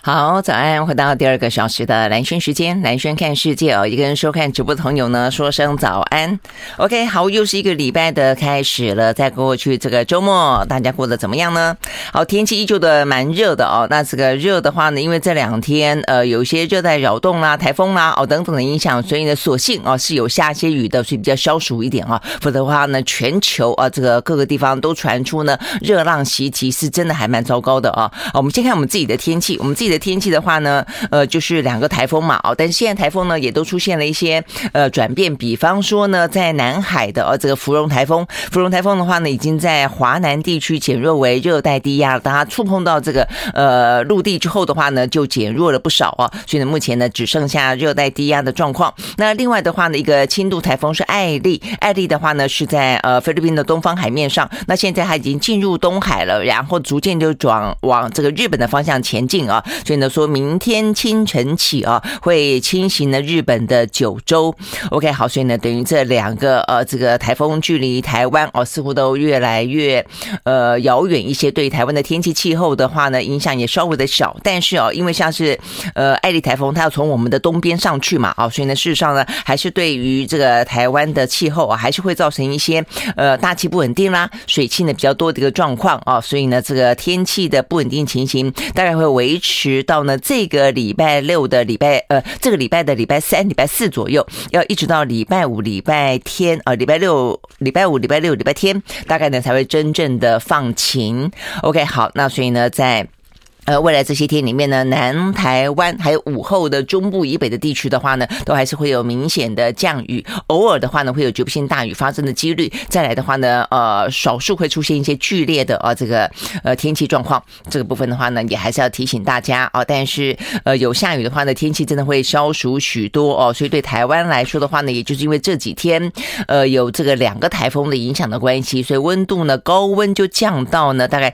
好，早安，回到第二个小时的蓝轩时间，蓝轩看世界哦，一个人收看直播的朋友呢，说声早安。OK， 好，又是一个礼拜的开始了，在过去这个周末，大家过得怎么样呢？好，天气依旧的蛮热的哦。那这个热的话呢，因为这两天有一些热带扰动啦、台风啦等等的影响，所以呢，所幸是有下些雨的，所以比较消暑一点啊。否则的话呢，全球这个各个地方都传出呢热浪袭击，是真的还蛮糟糕的啊。我们先看我们自己的天气，我们自己的天气的话呢，就是两个台风嘛，但是现在台风呢也都出现了一些转变，比方说呢，在南海的这个芙蓉台风的话呢，已经在华南地区减弱为热带低压了。当它触碰到这个陆地之后的话呢，就减弱了不少啊，所以呢，目前呢只剩下热带低压的状况。那另外的话呢，一个轻度台风是艾丽的话呢是在菲律宾的东方海面上，那现在它已经进入东海了，然后逐渐就转往这个日本的方向前进啊，所以呢说明天清晨起会侵袭呢日本的九州。OK， 好，所以呢等于这两个这个台风距离台湾似乎都越来越遥远一些，对台湾的天气气候的话呢影响也稍微的小，但是因为像是艾丽台风它要从我们的东边上去嘛所以呢事实上呢还是对于这个台湾的气候还是会造成一些大气不稳定啦，水汽呢比较多的一个状况所以呢这个天气的不稳定情形大概会维持到呢这个礼拜六的这个礼拜的礼拜三、礼拜四左右，要一直到礼拜五、礼拜天礼拜六、礼拜五、礼拜六、礼拜天，大概呢才会真正的放晴。OK， 好，那所以呢在未来这些天里面呢，南台湾还有午后的中部以北的地区的话呢，都还是会有明显的降雨，偶尔的话呢会有局部性大雨发生的几率。再来的话呢，少数会出现一些剧烈的这个天气状况。这个部分的话呢，也还是要提醒大家但是有下雨的话呢，天气真的会消暑许多所以对台湾来说的话呢，也就是因为这几天有这个两个台风的影响的关系，所以温度呢高温就降到呢大概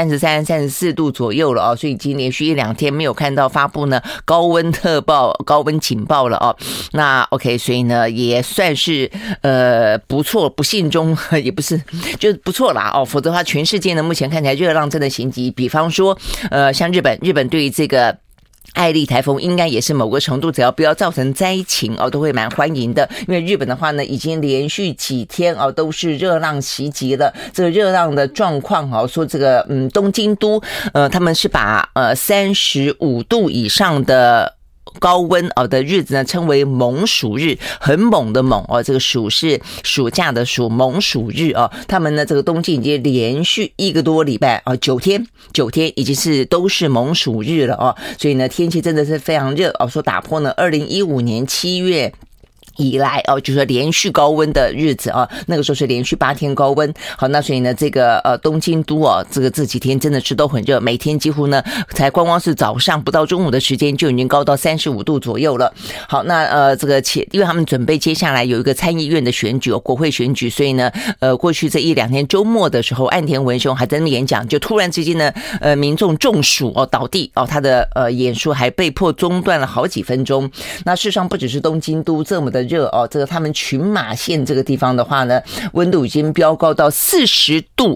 33、34度左右了所以已经连续1-2天没有看到发布呢高温特报、高温警报了那 OK， 所以呢也算是不错，不幸中也不是，就是不错啦否则的话，全世界呢目前看起来热浪真的袭击，比方说像日本对于这个艾丽台风应该也是某个程度，只要不要造成灾情都会蛮欢迎的。因为日本的话呢，已经连续几天都是热浪袭击了。这个热浪的状况说这个东京都他们是把35度以上的高温的日子呢称为猛暑日，很猛的猛这个暑是暑假的暑，猛暑日他们呢这个东京已经连续1个多礼拜9天已经都是猛暑日了所以呢天气真的是非常热说打破呢2015年7月以来就是说连续高温的日子那个时候是连续8天高温。好，那所以呢这个东京都这几天真的是都很热，每天几乎呢才光是早上不到中午的时间就已经高到35度左右了。好，那这个因为他们准备接下来有一个参议院的选举国会选举，所以呢过去这1-2天周末的时候，岸田文雄还在那演讲，就突然之间呢民众中暑倒地他的演说还被迫中断了好几分钟。那事实上不只是东京都这么的热这个他们群马县这个地方的话呢，温度已经飙高到40度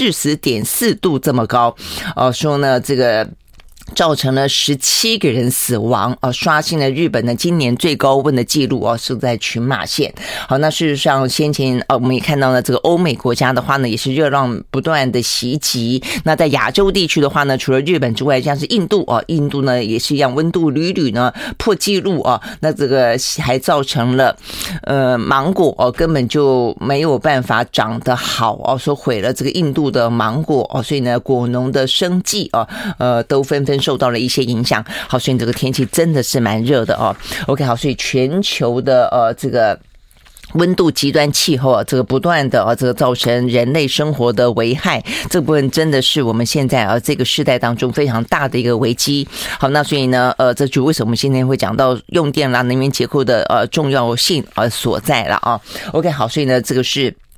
40.4度这么高说呢这个造成了17个人死亡刷新了日本的今年最高温的记录是在群马县。好，那事实上先前我们也看到呢，这个欧美国家的话呢也是热浪不断的袭击。那在亚洲地区的话呢，除了日本之外，像是印度印度呢也是一样，温度屡呢破纪录那这个还造成了芒果根本就没有办法长得好说毁了这个印度的芒果所以呢果农的生计都纷纷受到了一些影响。好，所以这个天气真的是蛮热的OK， 好，所以全球的这个温度极端气候这个不断的这个造成人类生活的危害，这部分真的是我们现在这个世代当中非常大的一个危机。好，那所以呢这就为什么我们今天会讲到用电啦、能源结构的重要性所在了OK， 好，所以呢这个是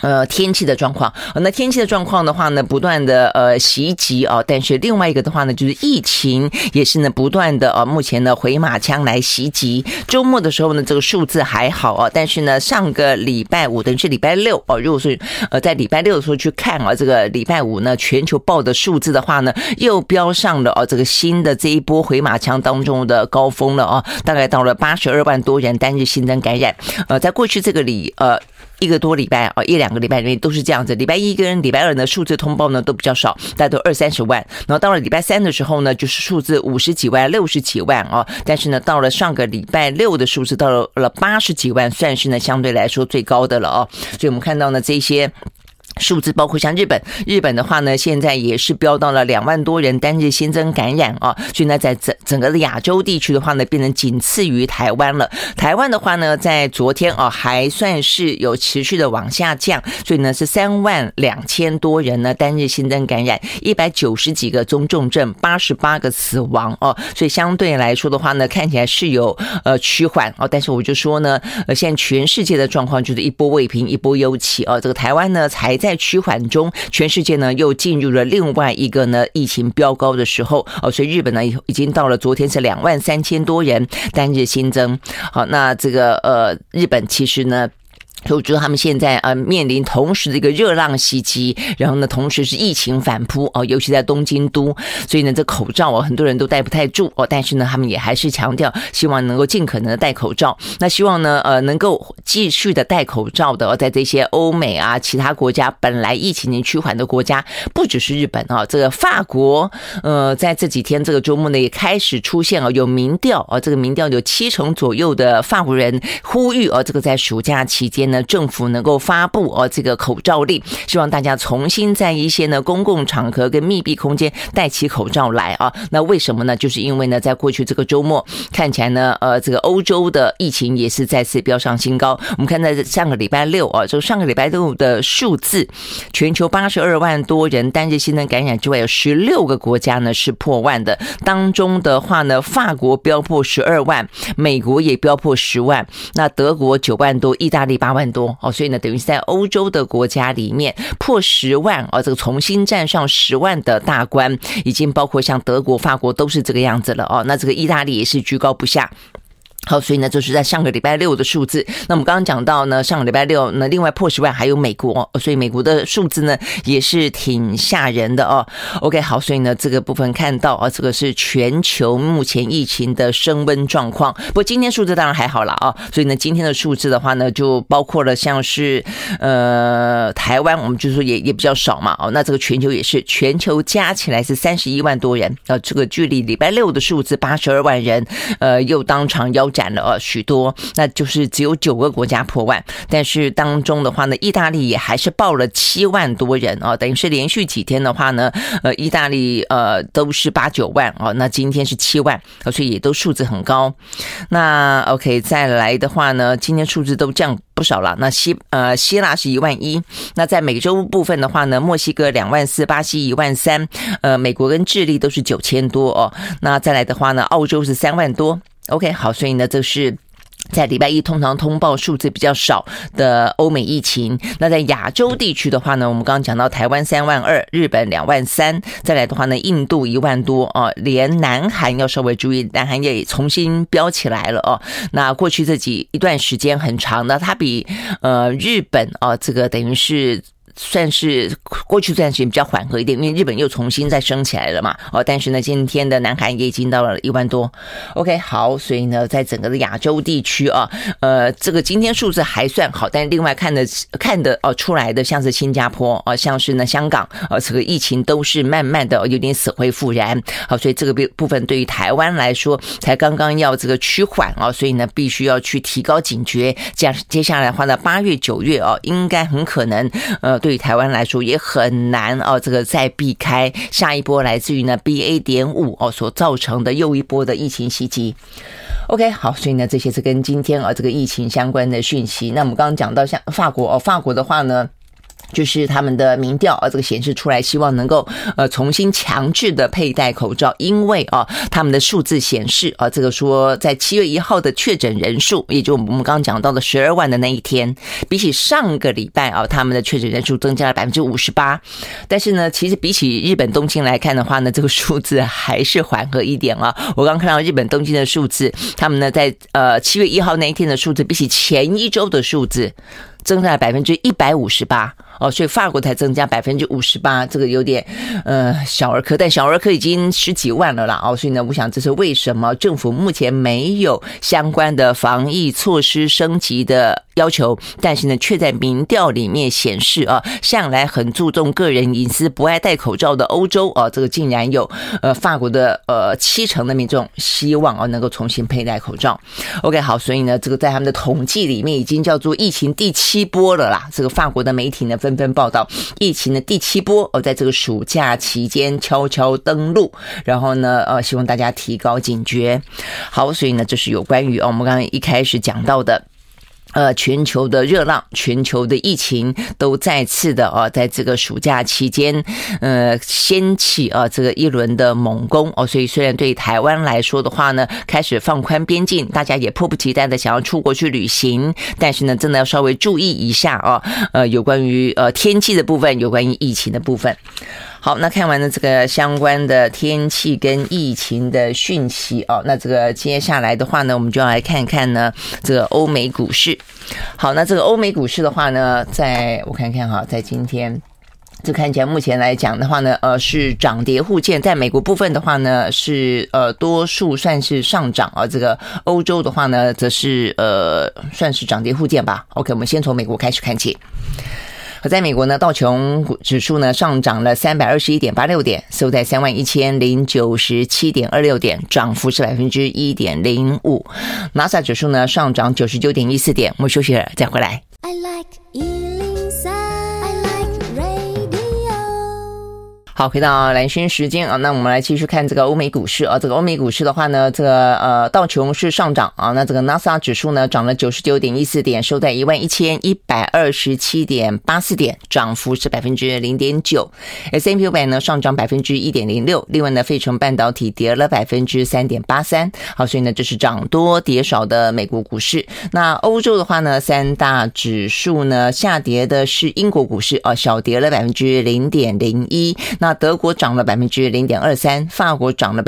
天气的状况，那天气的状况的话呢，不断的袭击啊，但是另外一个的话呢，就是疫情也是呢不断的目前呢回马枪来袭击。周末的时候呢，这个数字还好啊，但是呢上个礼拜五等于是礼拜六哦，如果是在礼拜六的时候去看啊，这个礼拜五呢全球报的数字的话呢，又飙上了这个新的这一波回马枪当中的高峰了啊，大概到了82万多人单日新增感染。在过去这个一个多礼拜啊，1-2个礼拜里面都是这样子。礼拜一跟礼拜二呢，数字通报呢都比较少，大概都20-30万。然后到了礼拜三的时候呢，就是数字50几万、60几万啊。但是呢，到了上个礼拜六的数字到了80几万，算是呢相对来说最高的了啊。所以我们看到呢这些数字包括像日本的话呢，现在也是飙到了2万多人单日新增感染啊，所以呢，在整个的亚洲地区的话呢，变成仅次于台湾了。台湾的话呢，在昨天还算是有持续的往下降，所以呢是3万2千多人呢单日新增感染，190几个中重症，88个死亡哦，所以相对来说的话呢，看起来是有趋缓哦，但是我就说呢，现在全世界的状况就是一波未平一波又起哦，这个台湾呢才在趋缓中，全世界呢又进入了另外一个呢疫情飙高的时候哦，所以日本呢已经到了昨天是2万3千多人单日新增。好，那这个日本其实呢，我觉得他们现在面临同时的一个热浪袭击，然后呢同时是疫情反扑哦，尤其在东京都，所以呢这口罩很多人都戴不太住哦，但是呢他们也还是强调希望能够尽可能的戴口罩。那希望呢能够继续的戴口罩的在这些欧美啊其他国家本来疫情已经趋缓的国家，不只是日本啊，这个法国在这几天这个周末呢也开始出现有民调这个民调有70%左右的法国人呼吁这个在暑假期间呢政府能够发布这个口罩令，希望大家重新在一些呢公共场合跟密闭空间戴起口罩来啊。那为什么呢？就是因为呢在过去这个周末看起来呢这个欧洲的疫情也是再次飙上新高。我们看在上个礼拜六就上个礼拜六的数字，全球82万多人单日新增感染之外，有16个国家呢是破万的，当中的话呢法国飙破12万，美国也飙破10万，那德国9万多，意大利8万多所以呢等于是在欧洲的国家里面破10万这个重新站上10万的大关，已经包括像德国、法国都是这个样子了那这个意大利也是居高不下。好，所以呢，就是在上个礼拜六的数字。那我们刚刚讲到呢，上个礼拜六呢，另外破10万还有美国所以美国的数字呢也是挺吓人的OK， 好，所以呢，这个部分看到这个是全球目前疫情的升温状况。不过今天数字当然还好啦所以呢，今天的数字的话呢，就包括了像是台湾，我们就说也比较少嘛那这个全球也是，全球加起来是31万多人这个距离礼拜六的数字82万人又当场腰斩了许多，那就是只有9个国家破万，但是当中的话呢，意大利也还是报了7万多人等于是连续几天的话呢，意大利都是8-9万那今天是7万所以也都数字很高。那 OK 再来的话呢，今天数字都降不少了。那希腊是1万1，那在美洲部分的话呢，墨西哥2万4，巴西1万3，美国跟智利都是9000多那再来的话呢，澳洲是3万多。OK， 好，所以呢，这是在礼拜一通常通报数字比较少的欧美疫情。那在亚洲地区的话呢，我们刚刚讲到台湾3万2，日本2万3，再来的话呢，印度1万多连南韩要稍微注意，南韩也重新飙起来了那过去一段时间很长的，它比日本这个等于是算是过去这段时间比较缓和一点，因为日本又重新再升起来了嘛但是呢今天的南韩也已经到了1万多。 OK， 好，所以呢在整个的亚洲地区这个今天数字还算好，但另外看得出来的像是新加坡像是呢香港这个疫情都是慢慢的有点死灰复燃好，所以这个部分对于台湾来说才刚刚要这个趋缓所以呢必须要去提高警觉。接下来的话呢8月9月应该很可能对于台湾来说也很难这个再避开下一波来自于呢 BA.5 所造成的又一波的疫情袭击。OK， 好，所以呢这些是跟今天这个疫情相关的讯息。那我们刚刚讲到像法国的话呢， 就是他们的民调这个显示出来，希望能够重新强制的佩戴口罩，因为他们的数字显示这个说在7月1号的确诊人数，也就我们刚刚讲到的12万的那一天，比起上个礼拜他们的确诊人数增加了 58%， 但是呢，其实比起日本东京来看的话呢，这个数字还是缓和一点我刚看到日本东京的数字，他们呢在7月1号那一天的数字，比起前一周的数字增加了 158%。所以法国才增加 58%， 这个有点小儿科，但小儿科已经10几万了啦所以呢，我想这是为什么政府目前没有相关的防疫措施升级的要求，但是呢，却在民调里面显示向来很注重个人隐私、不爱戴口罩的欧洲这个竟然有法国的70%的民众希望能够重新佩戴口罩。OK， 好，所以呢，这个在他们的统计里面已经叫做疫情第7波了啦。这个法国的媒体呢纷纷报道，疫情的第7波在这个暑假期间悄悄登陆，然后呢希望大家提高警觉。好，所以呢，这是有关于我们刚刚一开始讲到的。全球的热浪，全球的疫情都再次的在这个暑假期间掀起这个一轮的猛攻所以虽然对台湾来说的话呢，开始放宽边境，大家也迫不及待的想要出国去旅行，但是呢，真的要稍微注意一下有关于天气的部分，有关于疫情的部分。好，那看完了这个相关的天气跟疫情的讯息那这个接下来的话呢，我们就要来看看呢这个欧美股市。好，那这个欧美股市的话呢，在我看看在今天这看起来目前来讲的话呢是涨跌互见，在美国部分的话呢是多数算是上涨这个欧洲的话呢则是算是涨跌互见吧。 OK， 我们先从美国开始看起。在美国呢，道琼指数呢上涨了 321.86 点，收在 31,097.26 点，涨幅是 1.05%。 纳斯达克指数呢上涨 99.14 点。我们休息了再回来。I like 103, I like radio。 好，回到蓝轩时间那我们来继续看这个欧美股市这个欧美股市的话呢，这个道琼是上涨那这个纳斯达克指数呢涨了 99.14 点，收在 11,127.84 点，涨幅是 0.9%。 S&P 500呢上涨 1.06%。 另外呢，费城半导体跌了 3.83%。 好，所以呢这是涨多跌少的美国股市。那欧洲的话呢，三大指数呢下跌的是英国股市小跌了 0.01%。 那德国涨了 0.23%， 法国涨了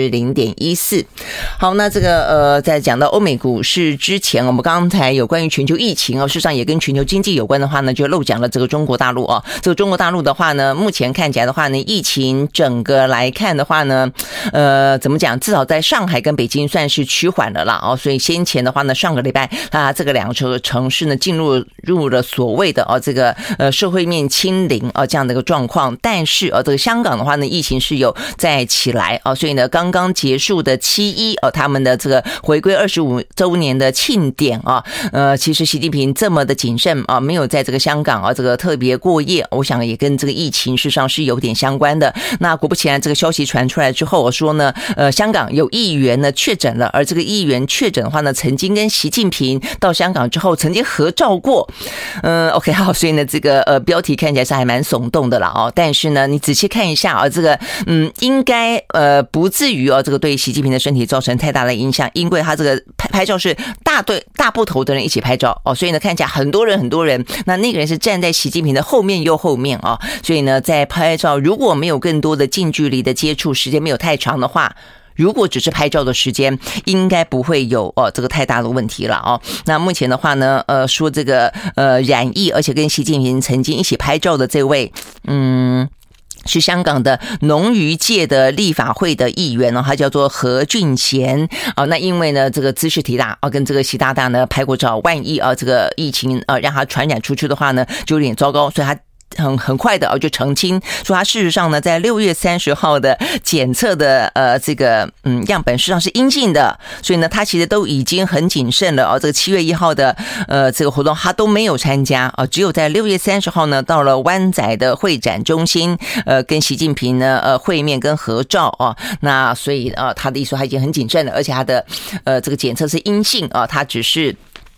0.14%。 好，那这个在讲到欧美股市之前，我们刚才有关于全球疫情事实上也跟全球经济有关的话呢，就漏讲了这个中国大陆这个中国大陆的话呢，目前看起来的话呢，疫情整个来看的话呢怎么讲，至少在上海跟北京算是趋缓了啦所以先前的话呢，上个礼拜这个两个城市呢进入了所谓的这个社会面清零这样的一个状况。但是这个香港的话呢，疫情是有再起来所以呢，刚刚结束的7·1他们的这个回归25周年的庆典其实习近平这么的谨慎没有在这个香港这个特别过夜，我想也跟这个疫情事实上是有点相关的。那果不其然，这个消息传出来之后，我说呢香港有议员呢确诊了，而这个议员确诊的话呢，曾经跟习近平到香港之后曾经合照过OK， 好，所以呢这个标题看起来是还蛮耸动的啦但是呢你仔细看一下这个应该不至于这个对习近平的身体造成太大的影响，因为他这个拍照是大部头的人一起拍照所以呢看起来很多人，那个人是站在习近平的后面又后面所以呢在拍照如果没有更多的近距离的接触，时间没有太长的话，如果只是拍照的时间，应该不会有这个太大的问题了那目前的话呢说这个染疫而且跟习近平曾经一起拍照的这位是香港的农渔界的立法会的议员他叫做何俊贤那因为呢这个姿势体大跟这个习大大呢拍过照，万一这个疫情让他传染出去的话呢，就有点糟糕，所以他很快的就澄清说，他事实上呢在6月30号的检测的这个样本事实上是阴性的，所以呢他其实都已经很谨慎了这个7月1号的这个活动他都没有参加只有在6月30号呢到了湾仔的会展中心跟习近平呢会面跟合照那所以他的意思他已经很谨慎了，而且他的这个检测是阴性他只是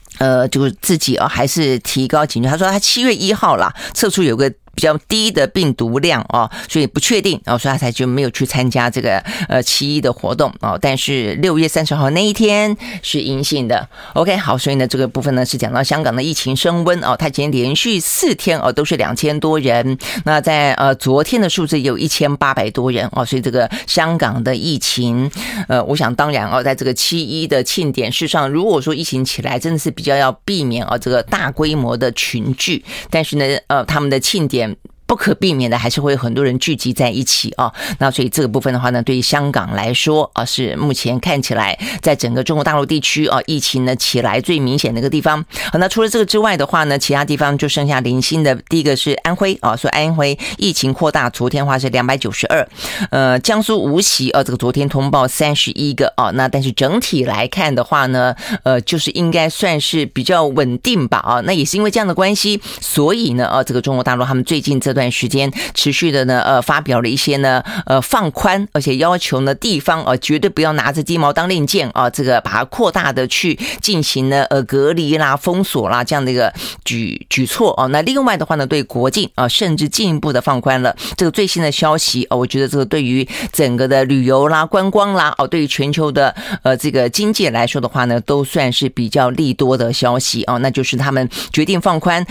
就是自己还是提高警觉。他说他7月1号啦，测出有个比较低的病毒量所以不确定所以他才就没有去参加这个7.1的活动但是6月30号那一天是阴性的。 OK 好，所以呢这个部分呢是讲到香港的疫情升温他今天连续4天都是2000多人，那在昨天的数字有1800多人所以这个香港的疫情我想当然在这个7.1的庆典，事实上如果说疫情起来真的是比较要避免这个大规模的群聚，但是呢他们的庆典不可避免的还是会有很多人聚集在一起那所以这个部分的话呢，对于香港来说是目前看起来在整个中国大陆地区疫情呢起来最明显的一个地方。好，那除了这个之外的话呢，其他地方就剩下零星的。第一个是安徽所以安徽疫情扩大，昨天的话是292。江苏无锡这个昨天通报31个那但是整体来看的话呢就是应该算是比较稳定吧那也是因为这样的关系，所以呢这个中国大陆他们最近这段时间持续的呢发表了一些呢放宽，而且要求呢地方绝对不要拿着鸡毛当令箭这个把它扩大的去进行呢隔离啦、封锁啦这样的一个举措那另外的话呢，对国境甚至进一步的放宽了。这个最新的消息我觉得这个对于整个的旅游啦、观光啦对于全球的这个经济来说的话呢，都算是比较利多的消息那就是他们决定放宽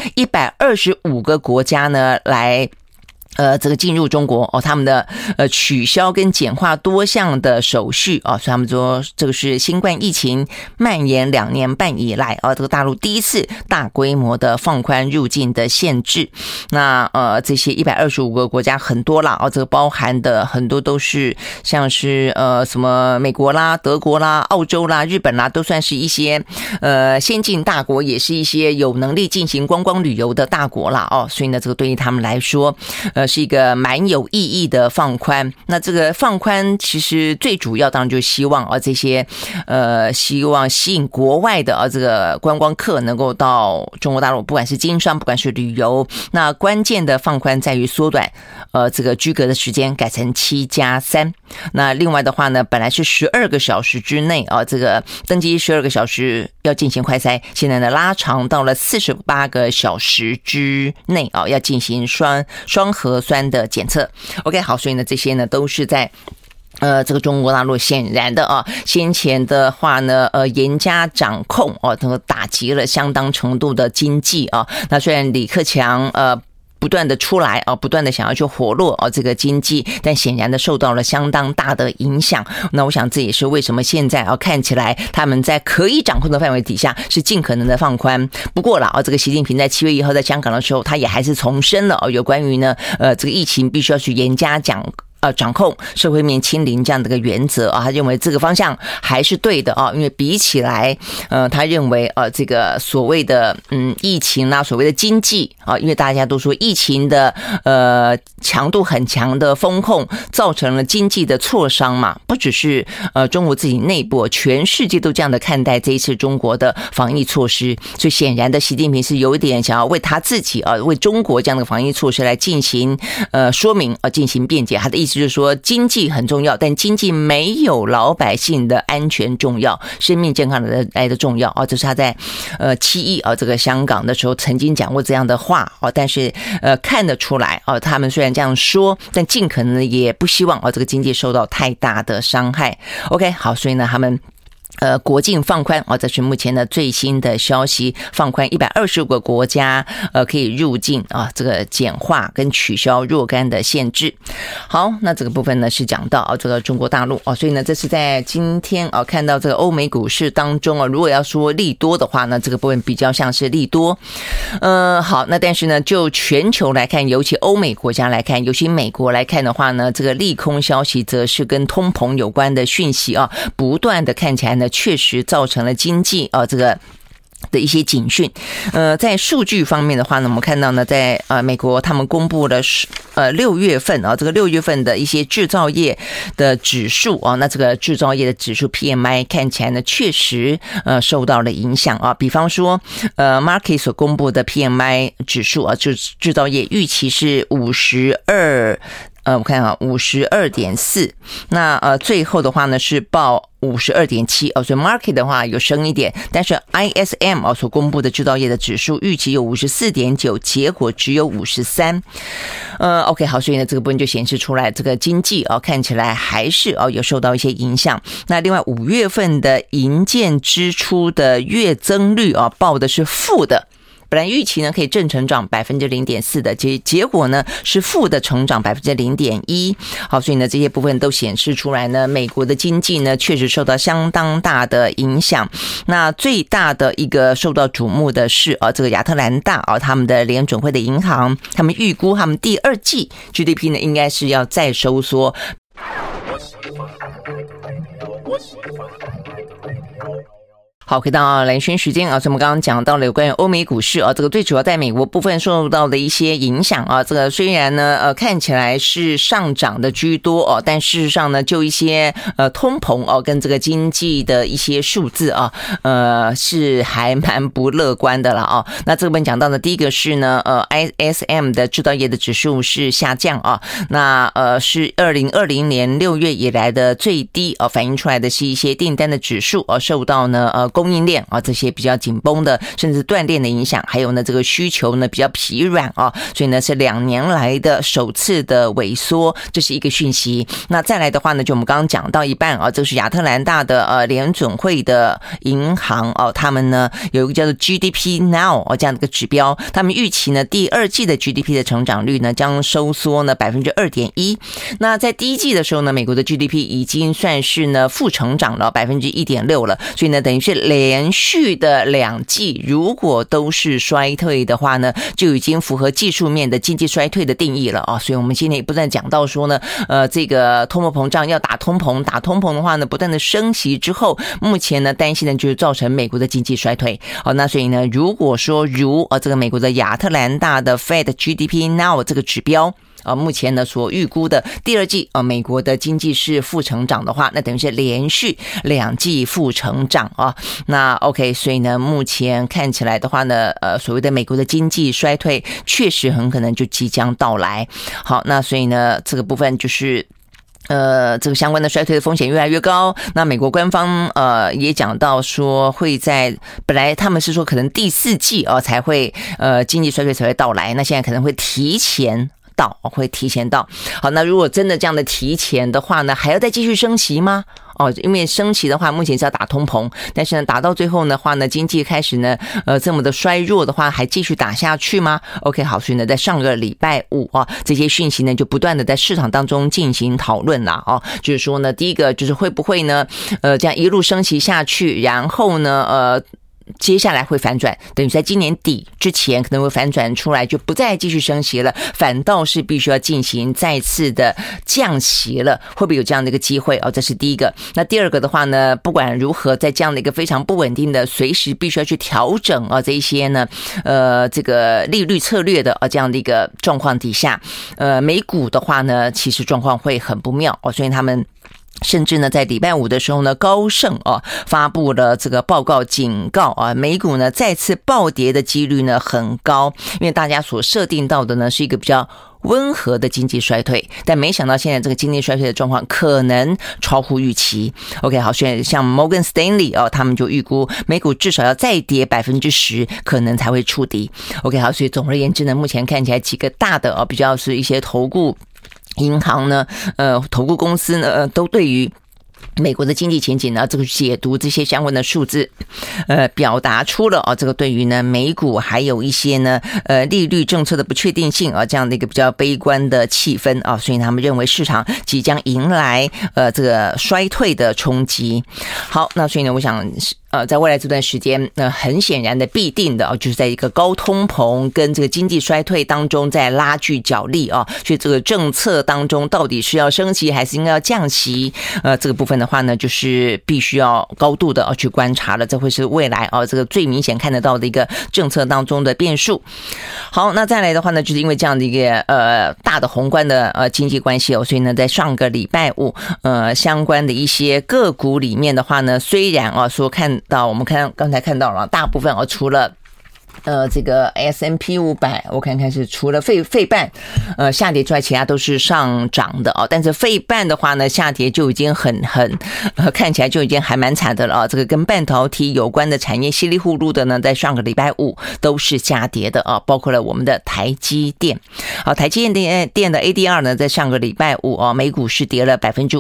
125个国家呢来这个进入中国他们的取消跟简化多项的手续所以他们说这个是新冠疫情蔓延2年半以来这个大陆第一次大规模的放宽入境的限制。那这些125个国家很多啦这个包含的很多都是像是什么美国啦、德国啦、澳洲啦、日本啦，都算是一些先进大国，也是一些有能力进行观光旅游的大国啦所以呢这个对于他们来说是一个蛮有意义的放宽。那这个放宽其实最主要当然就希望这些希望吸引国外的这个观光客能够到中国大陆，不管是经商不管是旅游。那关键的放宽在于缩短这个居隔的时间，改成7+3。那另外的话呢，本来是12个小时之内这个登机12个小时要进行快筛，现在呢拉长到了48个小时之内要进行双核酸的检测。 OK 好，所以呢这些呢都是在这个中国大陆显然的先前的话呢严加掌控打击了相当程度的经济那虽然李克强不断的出来不断的想要去活络这个经济，但显然的受到了相当大的影响。那我想这也是为什么现在看起来他们在可以掌控的范围底下是尽可能的放宽。不过啦这个习近平在7月1号在香港的时候，他也还是重申了有关于呢这个疫情必须要去严加掌控、社会面清零这样的一个原则他认为这个方向还是对的因为比起来他认为这个所谓的疫情啦、所谓的经济因为大家都说疫情的强度很强的封控造成了经济的挫伤嘛，不只是中国自己内部，全世界都这样的看待这一次中国的防疫措施。所以显然的习近平是有一点想要为他自己为中国这样的防疫措施来进行说明进行辩解。他的意思就是说经济很重要，但经济没有老百姓的安全重要，生命健康来的重要这是他在7.1这个香港的时候曾经讲过这样的话但是看得出来他们虽然这样说，但尽可能也不希望这个经济受到太大的伤害。 OK 好，所以呢他们国境放宽这是目前的最新的消息，放宽125个国家可以入境这个简化跟取消若干的限制。好，那这个部分呢是讲到这个中国大陆所以呢这是在今天看到这个欧美股市当中如果要说利多的话呢，这个部分比较像是利多。好，那但是呢就全球来看，尤其欧美国家来看，尤其美国来看的话呢，这个利空消息则是跟通膨有关的讯息不断的看起来呢确实造成了经济这个的一些警讯。在数据方面的话呢，我们看到呢，在美国他们公布了6月份这个6月份的一些制造业的指数那这个制造业的指数 PMI 看起来呢确实受到了影响比方说Market 所公布的 PMI 指数就是制造业预期是52 我看啊 52.4， 那最后的话呢是报52.7 所以 market 的话有升一点，但是 ISM 所公布的制造业的指数预期有 54.9， 结果只有53。OK 好，所以呢这个部分就显示出来这个经济看起来还是有受到一些影响。那另外5月份的营建支出的月增率报的是负的。本来预期呢可以正成长 0.4% 的，结果呢是负的成长 0.1%。 好，所以呢这些部分都显示出来呢，美国的经济呢确实受到相当大的影响。那最大的一个受到瞩目的是这个亚特兰大他们的联准会的银行，他们预估他们第二季 GDP 呢应该是要再收缩。好，回到蓝轩时间所以我们刚刚讲到了有关于欧美股市这个最主要在美国部分受到的一些影响这个虽然呢看起来是上涨的居多但事实上呢就一些通膨跟这个经济的一些数字是还蛮不乐观的了那这边讲到的第一个是呢ISM 的制造业的指数是下降那是2020年6月以来的最低反映出来的是一些订单的指数受到呢供应链这些比较紧绷的甚至断裂的影响，还有呢这个需求呢比较疲软所以呢是2年来的首次的萎缩，这是一个讯息。那再来的话呢，就我们刚刚讲到一半这是亚特兰大的联准会的银行他们呢有一个叫做 GDP Now 这样的一个指标，他们预期呢第二季的 GDP 的成长率呢将收缩呢 2.1%。 那在第一季的时候呢，美国的 GDP 已经算是呢负成长了 1.6% 了，所以呢等于是连续的2季如果都是衰退的话呢，就已经符合技术面的经济衰退的定义了所以我们今天也不断讲到说呢这个通货膨胀要打通膨的话呢，不断的升息之后，目前呢担心的就是造成美国的经济衰退那所以呢如果说如这个美国的亚特兰大的 Fed GDP Now 这个指标目前呢所预估的第二季美国的经济是负成长的话，那等于是连续2季负成长那 OK， 所以呢目前看起来的话呢所谓的美国的经济衰退确实很可能就即将到来。好，那所以呢这个部分就是这个相关的衰退的风险越来越高。那美国官方也讲到说会在本来他们是说可能第4季才会经济衰退才会到来，那现在可能会提前到。好，那如果真的这样的提前的话呢，还要再继续升息吗？因为升息的话目前是要打通膨，但是呢打到最后的话呢，经济开始呢这么的衰弱的话，还继续打下去吗？ OK 好，所以呢在上个礼拜5这些讯息呢就不断的在市场当中进行讨论啦就是说呢第一个就是会不会呢这样一路升息下去，然后呢接下来会反转，等于在今年底之前可能会反转出来，就不再继续升息了，反倒是必须要进行再次的降息了，会不会有这样的一个机会这是第一个。那第二个的话呢，不管如何在这样的一个非常不稳定的随时必须要去调整这一些呢这个利率策略的这样的一个状况底下美股的话呢其实状况会很不妙所以他们甚至呢在礼拜5的时候呢，高盛发布了这个报告警告美股呢再次暴跌的几率呢很高，因为大家所设定到的呢是一个比较温和的经济衰退，但没想到现在这个经济衰退的状况可能超乎预期。 OK 好，所以像 Morgan Stanley 他们就预估美股至少要再跌 10% 可能才会触底。 OK 好，所以总而言之呢，目前看起来几个大的比较是一些投顾银行呢投顾公司呢都对于美国的经济前景呢这个解读这些相关的数字表达出了这个对于呢美股还有一些呢利率政策的不确定性这样的一个比较悲观的气氛所以他们认为市场即将迎来这个衰退的冲击。好，那所以呢我想在未来这段时间很显然的必定的就是在一个高通膨跟这个经济衰退当中在拉锯角力所以这个政策当中到底是要升息还是应该要降息这个部分的话呢就是必须要高度的去观察了，这会是未来这个最明显看得到的一个政策当中的变数。好，那再来的话呢就是因为这样的一个大的宏观的经济关系所以呢在上个礼拜5相关的一些个股里面的话呢，虽然说看到我们刚才看到了大部分除了这个 S&P 500，我看看是除了费半下跌之外，其他都是上涨的哦。但是费半的话呢，下跌就已经很看起来就已经还蛮惨的了啊。这个跟半导体有关的产业稀里糊涂的呢，在上个礼拜五都是下跌的啊，包括了我们的台积电。好，台积电的 ADR 呢，在上个礼拜五啊，美股是跌了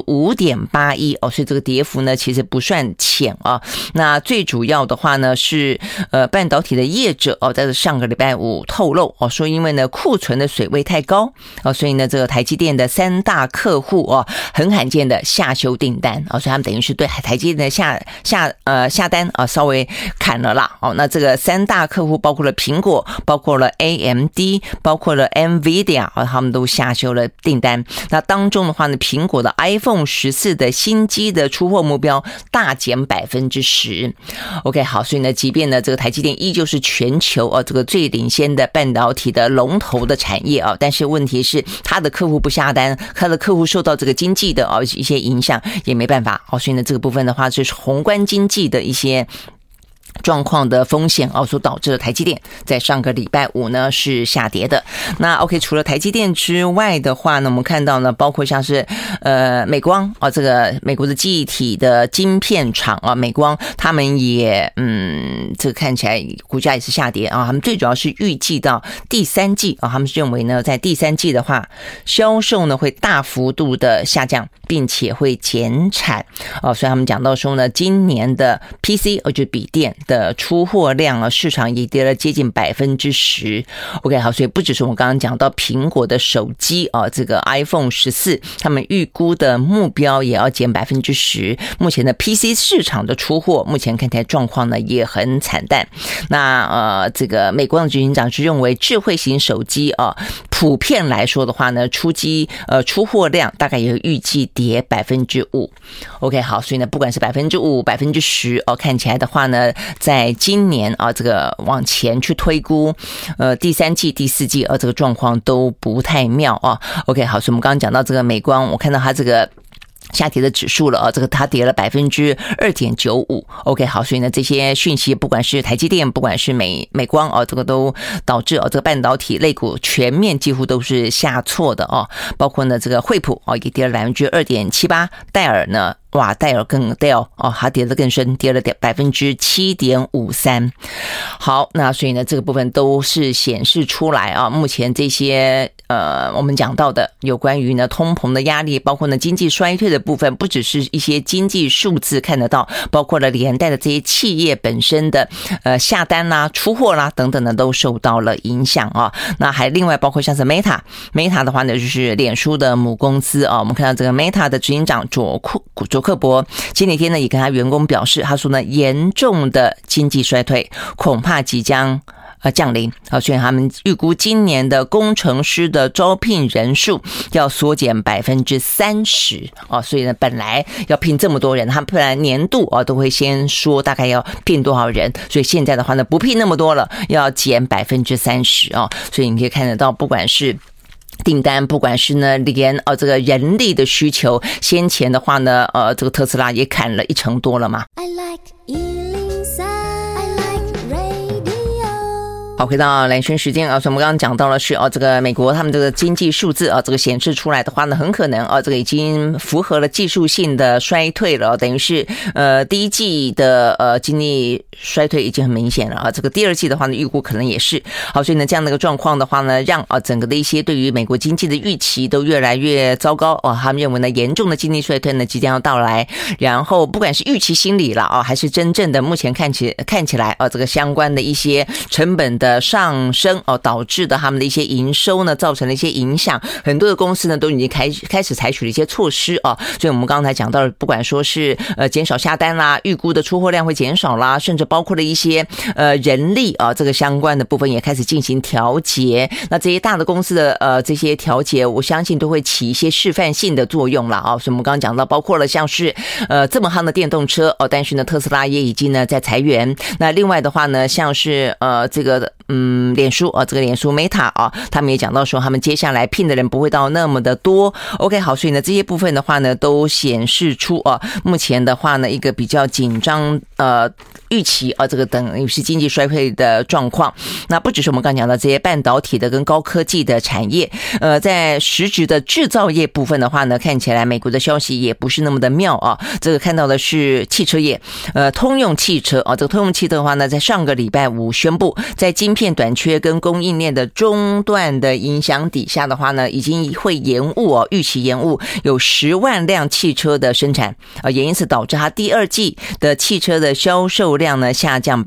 5.81% 哦，所以这个跌幅呢其实不算浅啊。那最主要的话呢是半导体的业者在上个礼拜五透露说，因为呢库存的水位太高所以呢这个台积电的3大客户很罕见的下修订单所以他们等于是对台积电的下单稍微砍了啦那这个3大客户包括了苹果，包括了 AMD， 包括了 NVIDIA 他们都下修了订单。那当中的话呢，苹果的 iPhone 14的新机的出货目标大减 10%。 OK， 好，所以呢即便呢这个台积电依旧是全球这个最领先的半导体的龙头的产业但是问题是他的客户不下单，他的客户受到这个经济的一些影响也没办法所以呢这个部分的话是宏观经济的一些状况的风险所导致了台积电在上个礼拜五呢是下跌的。那 OK， 除了台积电之外的话呢，我们看到呢包括像是美光这个美国的记忆体的晶片厂美光他们也这个看起来股价也是下跌他们最主要是预计到第三季他们认为呢在第三季的话销售呢会大幅度的下降，并且会减产所以他们讲到说呢今年的 PC 就是笔电的出货量市场也跌了接近 10%。 OK， 好，所以不只是我们刚刚讲到苹果的手机这个 iPhone 14他们预估的目标也要减 10%。 目前的 PC 市场的出货目前看起来状况呢也很惨淡。那这个美国的执行长是认为智慧型手机普遍来说的话呢出货量大概也预计跌 5%。 OK， 好，所以呢不管是 5%、10%看起来的话呢在今年这个往前去推估第三季第四季这个状况都不太妙OK， 好，所以我们刚刚讲到这个美光，我看到它这个下跌的指数了这个它跌了 2.95%。 OK， 好，所以呢这些讯息不管是台积电不管是美光这个都导致这个半导体类股全面几乎都是下挫的包括呢这个惠普也跌了 2.78%， 戴尔呢戴尔它跌得更深，跌了 7.53%。 好，那所以呢这个部分都是显示出来目前这些我们讲到的有关于呢通膨的压力，包括呢经济衰退的部分，不只是一些经济数字看得到，包括了连带的这些企业本身的下单啦、出货啦等等的都受到了影响那还另外包括像是 Meta 的话呢就是脸书的母公司我们看到这个 Meta 的执行长佐克伯前几天呢也跟他员工表示，他说呢严重的经济衰退恐怕即将降临所以他们预估今年的工程师的招聘人数要缩减 30%所以呢本来要聘这么多人，他们本来年度都会先说大概要聘多少人，所以现在的话呢不聘那么多了，要减 30%所以你可以看得到不管是订单，不管是呢连这个人力的需求，先前的话呢这个特斯拉也砍了1成多了嘛。I like 好，回到蓝轩时间所以我们刚刚讲到的是这个美国他们这个经济数字这个显示出来的话呢，很可能这个已经符合了技术性的衰退了等于是第一季的经济衰退已经很明显了这个第二季的话呢预估可能也是好，所以呢这样的一个状况的话呢，让整个的一些对于美国经济的预期都越来越糟糕他们认为呢严重的经济衰退呢即将要到来，然后不管是预期心理了还是真正的目前看起来这个相关的一些成本的上升导致的他们的一些营收呢造成了一些影响，很多的公司呢都已经开始采取了一些措施所以我们刚才讲到了不管说是减少下单啦，预估的出货量会减少啦，甚至包括了一些人力这个相关的部分也开始进行调节。那这些大的公司的这些调节我相信都会起一些示范性的作用啦所以我们刚刚讲到包括了像是这么夯的电动车但是呢特斯拉也已经呢在裁员。那另外的话呢像是这个脸书这个脸书 Meta 他们也讲到说他们接下来聘的人不会到那么的多。 OK， 好，所以呢这些部分的话呢都显示出目前的话呢一个比较紧张预期这个等于是经济衰退的状况。那不只是我们刚讲到这些半导体的跟高科技的产业，在实质的制造业部分的话呢，看起来美国的消息也不是那么的妙啊。这个看到的是汽车业，通用汽车这个通用汽车的话呢，在上个礼拜五宣布，在晶片短缺跟供应链的中断的影响底下的话呢，已经会延误预期延误有10万辆汽车的生产也因此导致它第二季的汽车的销售量呢下降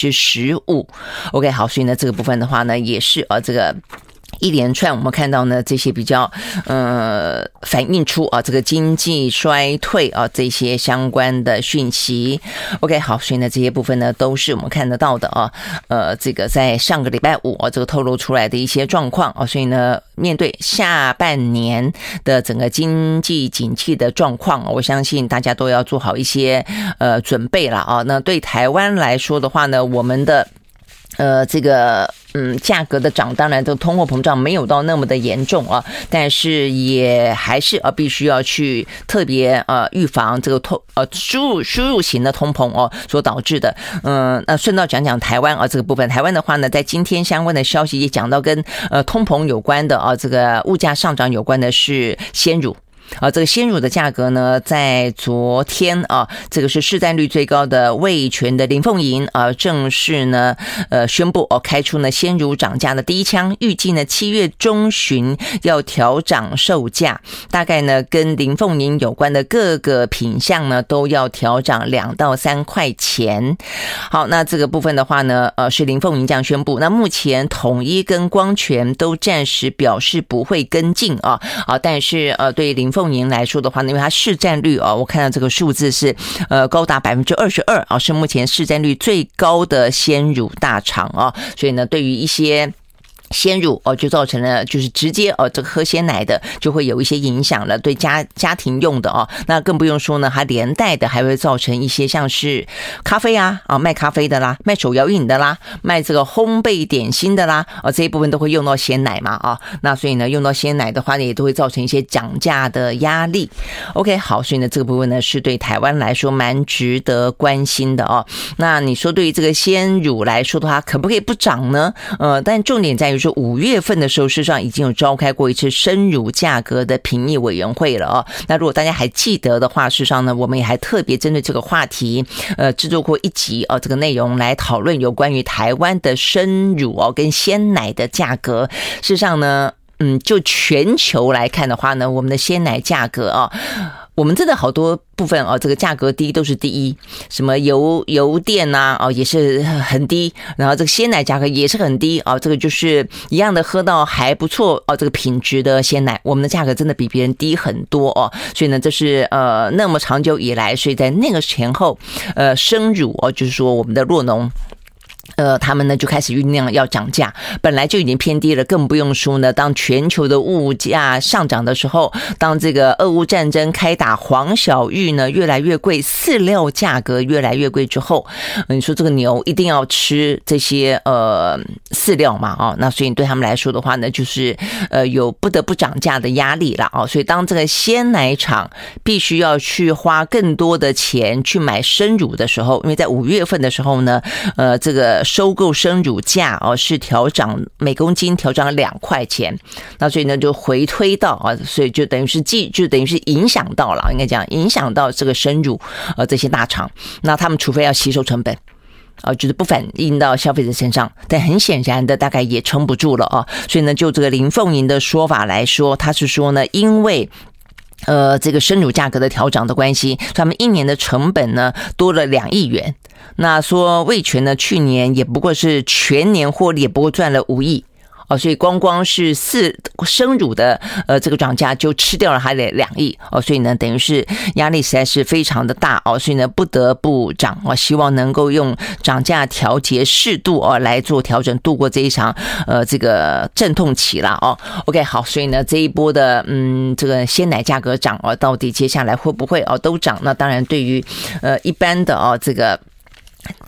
15%。OK， 好，所以呢这个部分的话呢，也是这个一连串我们看到呢这些比较反映出这个经济衰退这些相关的讯息。OK， 好，所以呢这些部分呢都是我们看得到的这个在上个礼拜五这个透露出来的一些状况所以呢面对下半年的整个经济景气的状况，我相信大家都要做好一些准备了那对台湾来说的话呢，我们的这个价格的涨，当然这个通货膨胀没有到那么的严重但是也还是必须要去特别预防这个输入型的通膨所导致的。那顺道讲讲台湾这个部分，台湾的话呢，在今天相关的消息也讲到跟通膨有关的这个物价上涨有关的是鲜乳。这个鲜乳的价格呢，在昨天这个是市占率最高的味全的林凤营正式呢宣布开出呢鲜乳涨价的第一枪，预计呢7月中旬要调涨售价，大概呢跟林凤营有关的各个品项呢都要调涨2到3块钱。好，那这个部分的话呢是林凤营这样宣布，那目前统一跟光泉都暂时表示不会跟进但是对林凤营来说的话呢，因为它市占率我看到这个数字是高达 22% 是目前市占率最高的鲜乳大厂所以呢对于一些鲜乳就造成了就是直接这个喝鲜奶的就会有一些影响了，对家庭用的那更不用说呢，它连带的还会造成一些像是咖啡卖咖啡的啦，卖手摇饮的啦，卖这个烘焙点心的啦这一部分都会用到鲜奶嘛那所以呢用到鲜奶的话呢，也都会造成一些涨价的压力。OK， 好，所以呢这个部分呢是对台湾来说蛮值得关心的那你说对于这个鲜乳来说的话，可不可以不涨呢？但重点在于说5月份的时候，事实上已经有召开过一次生乳价格的评议委员会了那如果大家还记得的话，事实上呢，我们也还特别针对这个话题制作过一集这个内容来讨论有关于台湾的生乳跟鲜奶的价格。事实上呢就全球来看的话呢，我们的鲜奶价格我们真的好多部分这个价格低都是第一，什么油电也是很低，然后这个鲜奶价格也是很低这个就是一样的喝到还不错这个品质的鲜奶，我们的价格真的比别人低很多所以呢这是那么长久以来，所以在那个前后生乳就是说我们的酪农他们呢就开始酝酿要涨价，本来就已经偏低了，更不用说呢当全球的物价上涨的时候，当这个俄乌战争开打，黄小玉呢越来越贵，饲料价格越来越贵之后，你说这个牛一定要吃这些饲料嘛那所以对他们来说的话呢，就是有不得不涨价的压力啦所以当这个鲜奶厂必须要去花更多的钱去买生乳的时候，因为在5月份的时候呢这个收购生乳价是调涨每公斤调涨2块钱，那所以呢就回推到所以就等于是影响到了，应该讲影响到这个生乳这些大厂，那他们除非要吸收成本就是不反映到消费者身上，但很显然的大概也撑不住了所以呢就这个林凤营的说法来说，他是说呢因为这个生乳价格的调涨的关系，他们一年的成本呢多了2亿元。那说味全呢去年也不过是全年获利也不过赚了5亿所以光是生乳的这个涨价就吃掉了它的2亿所以呢等于是压力实在是非常的大所以呢不得不涨希望能够用涨价调节适度来做调整，度过这一场这个阵痛期啦OK， 好，所以呢这一波的这个鲜奶价格涨到底接下来会不会都涨？那当然对于一般的这个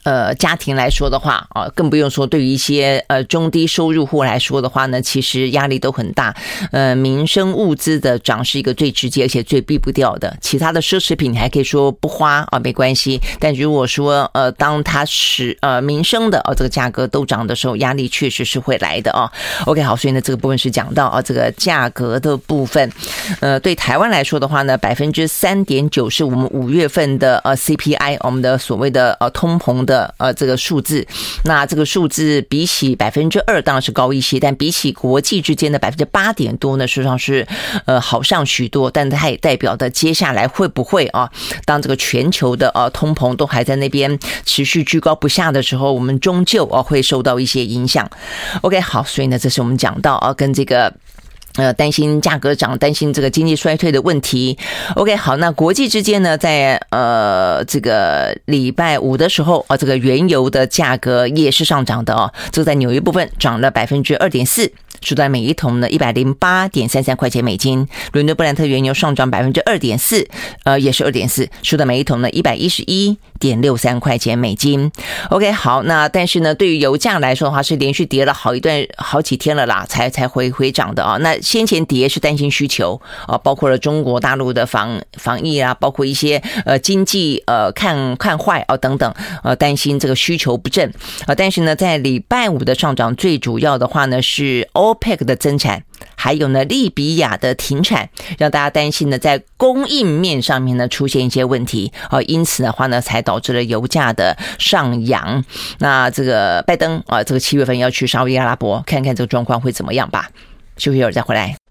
家庭来说的话啊，更不用说对于一些中低收入户来说的话呢，其实压力都很大。民生物资的涨是一个最直接而且最避不掉的，其他的奢侈品你还可以说不花啊没关系，但如果说当它是民生的这个价格都涨的时候，压力确实是会来的啊。OK 好，所以呢这个部分是讲到这个价格的部分。对台湾来说的话呢，3.9%是我们5月份的CPI， 我们的所谓的通膨的这个数字。那这个数字比起2%当然是高一些，但比起国际之间的8点多呢，事实上是好上许多。但它也代表的接下来会不会当这个全球的通膨都还在那边持续居高不下的时候，我们终究会受到一些影响。OK 好，所以呢这是我们讲到跟这个担心价格涨，担心这个经济衰退的问题。OK 好，那国际之间呢，在这个礼拜五的时候这个原油的价格也是上涨的这个在纽约部分涨了 2.4%，收在每一桶呢 108.33 块钱美金。伦敦布兰特原油上涨 2.4%， 也是 2.4%， 收在每一桶呢 111.63 块钱美金。OK 好，那但是呢对于油价来说的话，是连续跌了好几天了啦，才回涨的那先前跌是担心需求包括了中国大陆的防疫啊，包括一些经济看坏等等担心这个需求不振但是呢在礼拜五的上涨最主要的话呢是 OPEC 的增产，还有呢利比亚的停产，让大家担心呢在供应面上面呢出现一些问题因此的话呢才导致了油价的上扬。那这个拜登这个7月份要去沙烏地阿拉伯，看看这个状况会怎么样吧。休息一会儿再回来。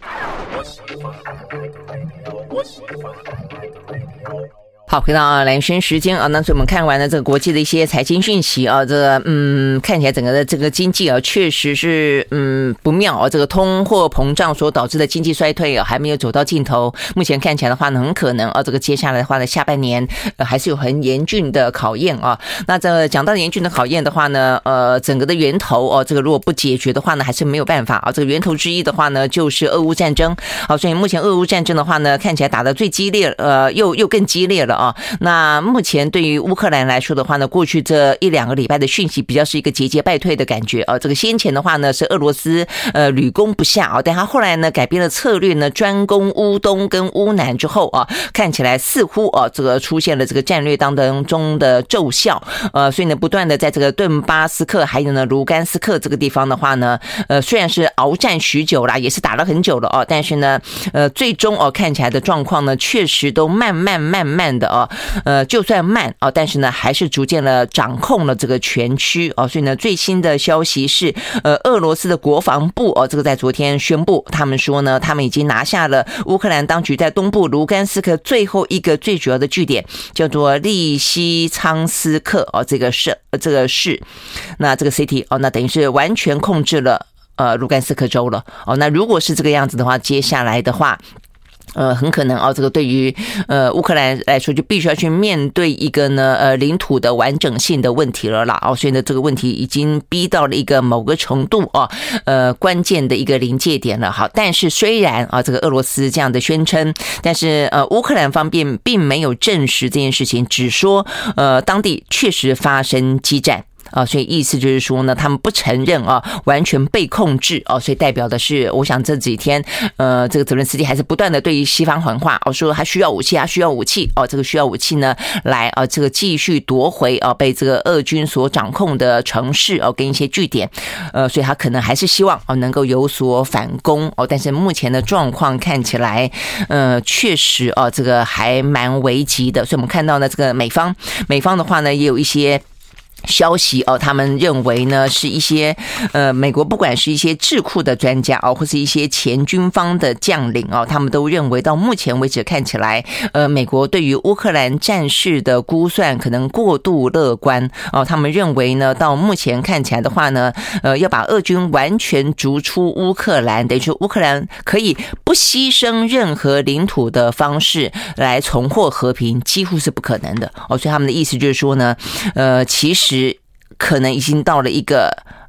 好，回到蓝轩时间那所以我们看完了这个国际的一些财经讯息这个看起来整个的这个经济确实是不妙这个通货膨胀所导致的经济衰退还没有走到尽头。目前看起来的话呢，很可能这个接下来的话呢，下半年还是有很严峻的考验那这讲到严峻的考验的话呢，整个的源头这个如果不解决的话呢，还是没有办法这个源头之一的话呢，就是俄乌战争。好，所以目前俄乌战争的话呢，看起来打得最激烈又更激烈了那目前对于乌克兰来说的话呢，过去这1-2个礼拜的讯息比较是一个节节败退的感觉这个先前的话呢是俄罗斯屡攻不下但他后来呢改变了策略呢，专攻乌东跟乌南之后看起来似乎这个出现了这个战略当中的奏效所以呢不断的在这个顿巴斯克还有呢卢甘斯克这个地方的话呢虽然是鏖战许久啦，也是打了很久了但是呢最终看起来的状况呢确实都慢慢的就算慢但是呢还是逐渐的掌控了这个全区所以呢最新的消息是俄罗斯的国防部这个在昨天宣布，他们说呢他们已经拿下了乌克兰当局在东部卢甘斯克最后一个最主要的据点，叫做利西昌斯克这个市，那这个 city 那等于是完全控制了卢甘斯克州了那如果是这个样子的话，接下来的话很可能这个对于乌克兰来说就必须要去面对一个呢领土的完整性的问题了啦所以呢这个问题已经逼到了一个某个程度关键的一个临界点了。好，但是虽然这个俄罗斯这样的宣称，但是乌克兰方面并没有证实这件事情，只说当地确实发生激战所以意思就是说呢，他们不承认完全被控制所以代表的是，我想这几天这个泽伦斯基还是不断的对于西方喊话说他需要武器，这个需要武器呢来这个继续夺回被这个俄军所掌控的城市跟一些据点所以他可能还是希望能够有所反攻但是目前的状况看起来确实这个还蛮危急的。所以我们看到呢，这个美方的话呢也有一些消息他们认为呢是一些美国不管是一些智库的专家或是一些前军方的将领他们都认为到目前为止看起来美国对于乌克兰战事的估算可能过度乐观他们认为呢到目前看起来的话呢要把俄军完全逐出乌克兰，等于说乌克兰可以不牺牲任何领土的方式来重获和平几乎是不可能的所以他们的意思就是说呢其实可能已经到了一个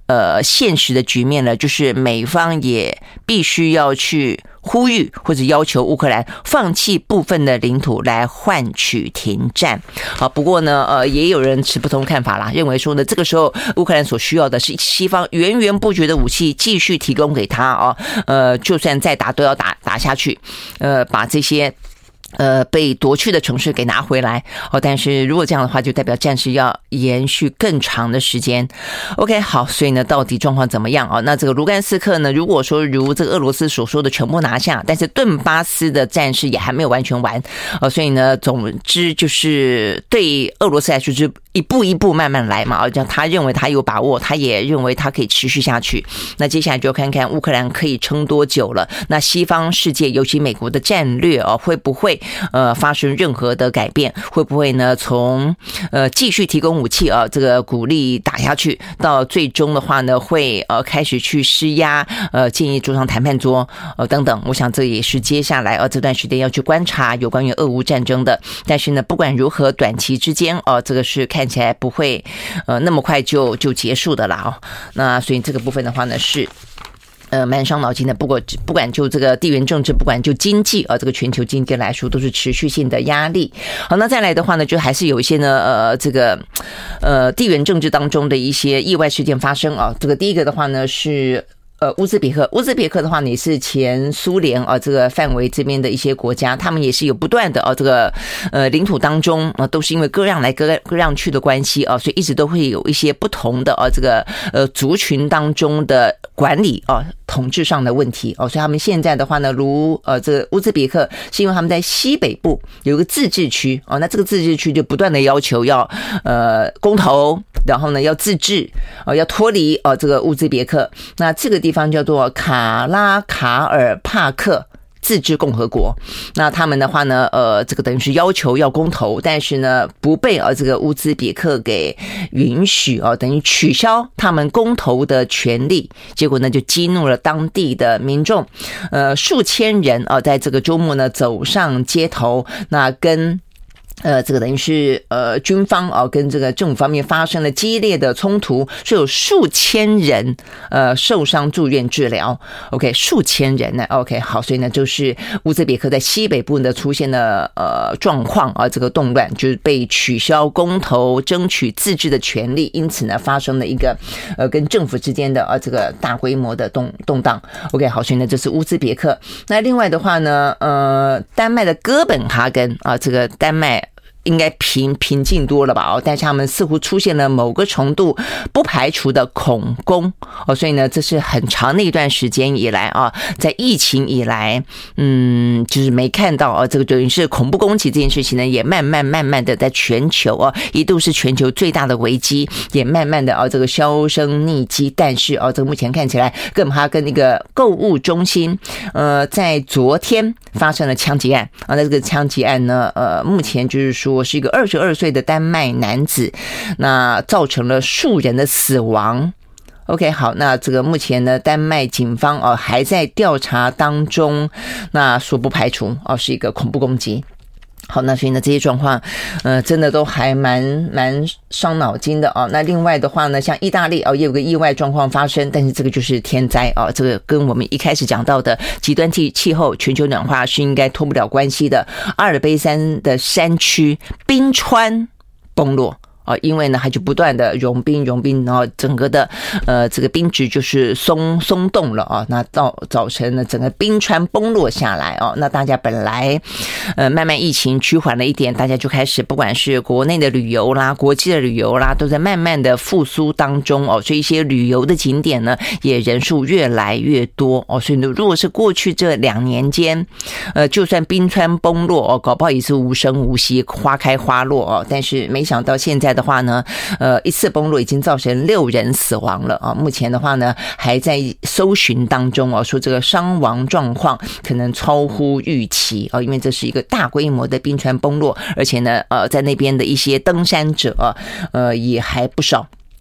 现实的局面了，就是美方也必须要去呼吁或者要求乌克兰放弃部分的领土来换取停战。好，不过呢，也有人持不同看法啦，认为说呢，这个时候乌克兰所需要的是西方源源不绝的武器继续提供给他哦，就算再打都要打下去，把这些被夺去的城市给拿回来哦，但是如果这样的话，就代表战事要延续更长的时间。OK， 好，所以呢，到底状况怎么样啊？那这个卢甘斯克呢，如果说如这个俄罗斯所说的全部拿下，但是顿巴斯的战事也还没有完全完所以呢，总之就是对俄罗斯来说，就是一步一步慢慢来嘛。这样他认为他有把握，他也认为他可以持续下去。那接下来就看看乌克兰可以撑多久了。那西方世界，尤其美国的战略会不会发生任何的改变？会不会呢？从继续提供武器这个鼓励打下去，到最终的话呢，会开始去施压，建议坐上谈判桌等等。我想这也是接下来这段时间要去观察有关于俄乌战争的。但是呢，不管如何，短期之间这个是看起来不会那么快就结束的啦那所以这个部分的话呢是。蛮伤脑筋的，不管就这个地缘政治，不管就经济这个全球经济来说，都是持续性的压力。好，那再来的话呢，就还是有一些呢，这个地缘政治当中的一些意外事件发生这个第一个的话呢是。乌兹别克的话呢，也是前苏联这个范围这边的一些国家，他们也是有不断的这个领土当中都是因为割让来割让去的关系所以一直都会有一些不同的这个族群当中的管理统治上的问题所以他们现在的话呢，如这个乌兹别克是因为他们在西北部有一个自治区那这个自治区就不断的要求要公投，然后呢要自治要脱离这个乌兹别克，那这个地方叫做卡拉卡尔帕克自治共和国。那他们的话呢这个等于是要求要公投，但是呢不被这个乌兹别克给允许等于取消他们公投的权利，结果呢就激怒了当地的民众数千人在这个周末呢走上街头，那跟这个等于是军方跟这个政府方面发生了激烈的冲突，所以有数千人受伤住院治疗。OK， 数千人呢。OK， 好，所以呢就是乌兹别克在西北部呢出现了状况这个动乱，就是被取消公投争取自治的权利，因此呢发生了一个跟政府之间的这个大规模的动荡。OK， 好，所以呢这是乌兹别克。那另外的话呢丹麦的哥本哈根这个丹麦应该平静多了吧但是他们似乎出现了某个程度不排除的恐攻所以呢这是很长的一段时间以来在疫情以来就是没看到这个等于是恐怖攻击这件事情呢也慢慢的在全球一度是全球最大的危机，也慢慢的这个销声匿迹。但是这个目前看起来哥本哈根一个购物中心在昨天发生了枪击案那这个枪击案呢目前就是说是一个22岁的丹麦男子，那造成了数人的死亡。OK， 好，那这个目前呢，丹麦警方还在调查当中，那说不排除是一个恐怖攻击。好，那所以呢，这些状况，真的都还蛮伤脑筋的那另外的话呢，像意大利也有个意外状况发生，但是这个就是天灾这个跟我们一开始讲到的极端气候、全球暖化是应该脱不了关系的。阿尔卑斯的山区冰川崩落。因为呢，它就不断的融冰，然后整个的这个冰质就是松动了那造成了整个冰川崩落下来那大家本来慢慢疫情趋缓了一点，大家就开始不管是国内的旅游啦、国际的旅游啦，都在慢慢的复苏当中所以一些旅游的景点呢，也人数越来越多所以如果是过去这2年间就算冰川崩落搞不好也是无声无息、花开花落但是没想到现在的话呢一次崩落已经造成6人死亡了目前的话呢还在搜寻当中说这个伤亡状况可能超乎预期因为这是一个大规模的冰川崩落，而且呢在那边的一些登山者也还不少。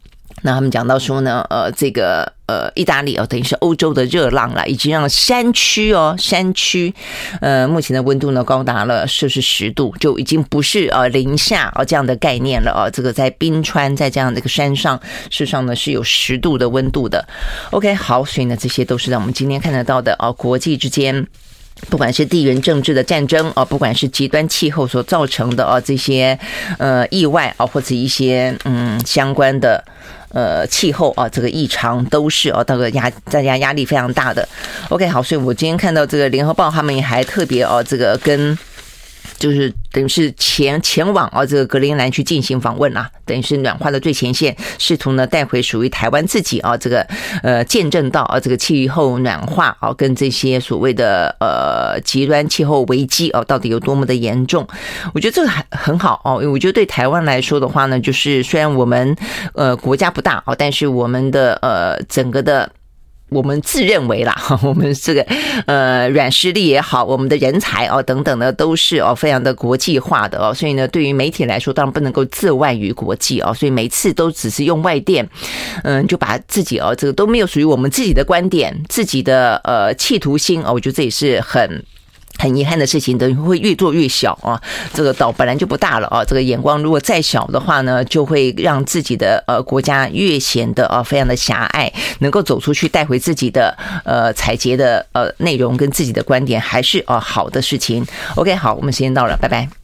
那他们讲到说呢，这个意大利等于是欧洲的热浪了，已经让山区目前的温度呢高达了摄氏10度，就已经不是零下这样的概念了这个在冰川在这样的一个山上，事实上呢是有10度的温度的。OK， 好，所以呢这些都是让我们今天看得到的国际之间。不管是地缘政治的战争不管是极端气候所造成的这些意外或者一些相关的气候这个异常都是这个大家压力非常大的。OK， 好，所以我今天看到这个联合报他们也还特别这个跟就是等于是前往这个格陵兰去进行访问啦，等于是暖化的最前线，试图呢带回属于台湾自己这个见证到这个气候暖化跟这些所谓的极端气候危机到底有多么的严重。我觉得这个很好因为我觉得对台湾来说的话呢，就是虽然我们国家不大但是我们的整个的我们自认为啦，我们这个软实力也好，我们的人才等等的都是非常的国际化的所以呢，对于媒体来说，当然不能够自外于国际所以每次都只是用外电，就把自己这个都没有属于我们自己的观点、自己的企图心我觉得这也是很遗憾的事情，等于会越做越小这个岛本来就不大了这个眼光如果再小的话呢，就会让自己的国家越显得非常的狭隘，能够走出去带回自己的采撷的内容跟自己的观点还是好的事情。OK， 好，我们时间到了，拜拜。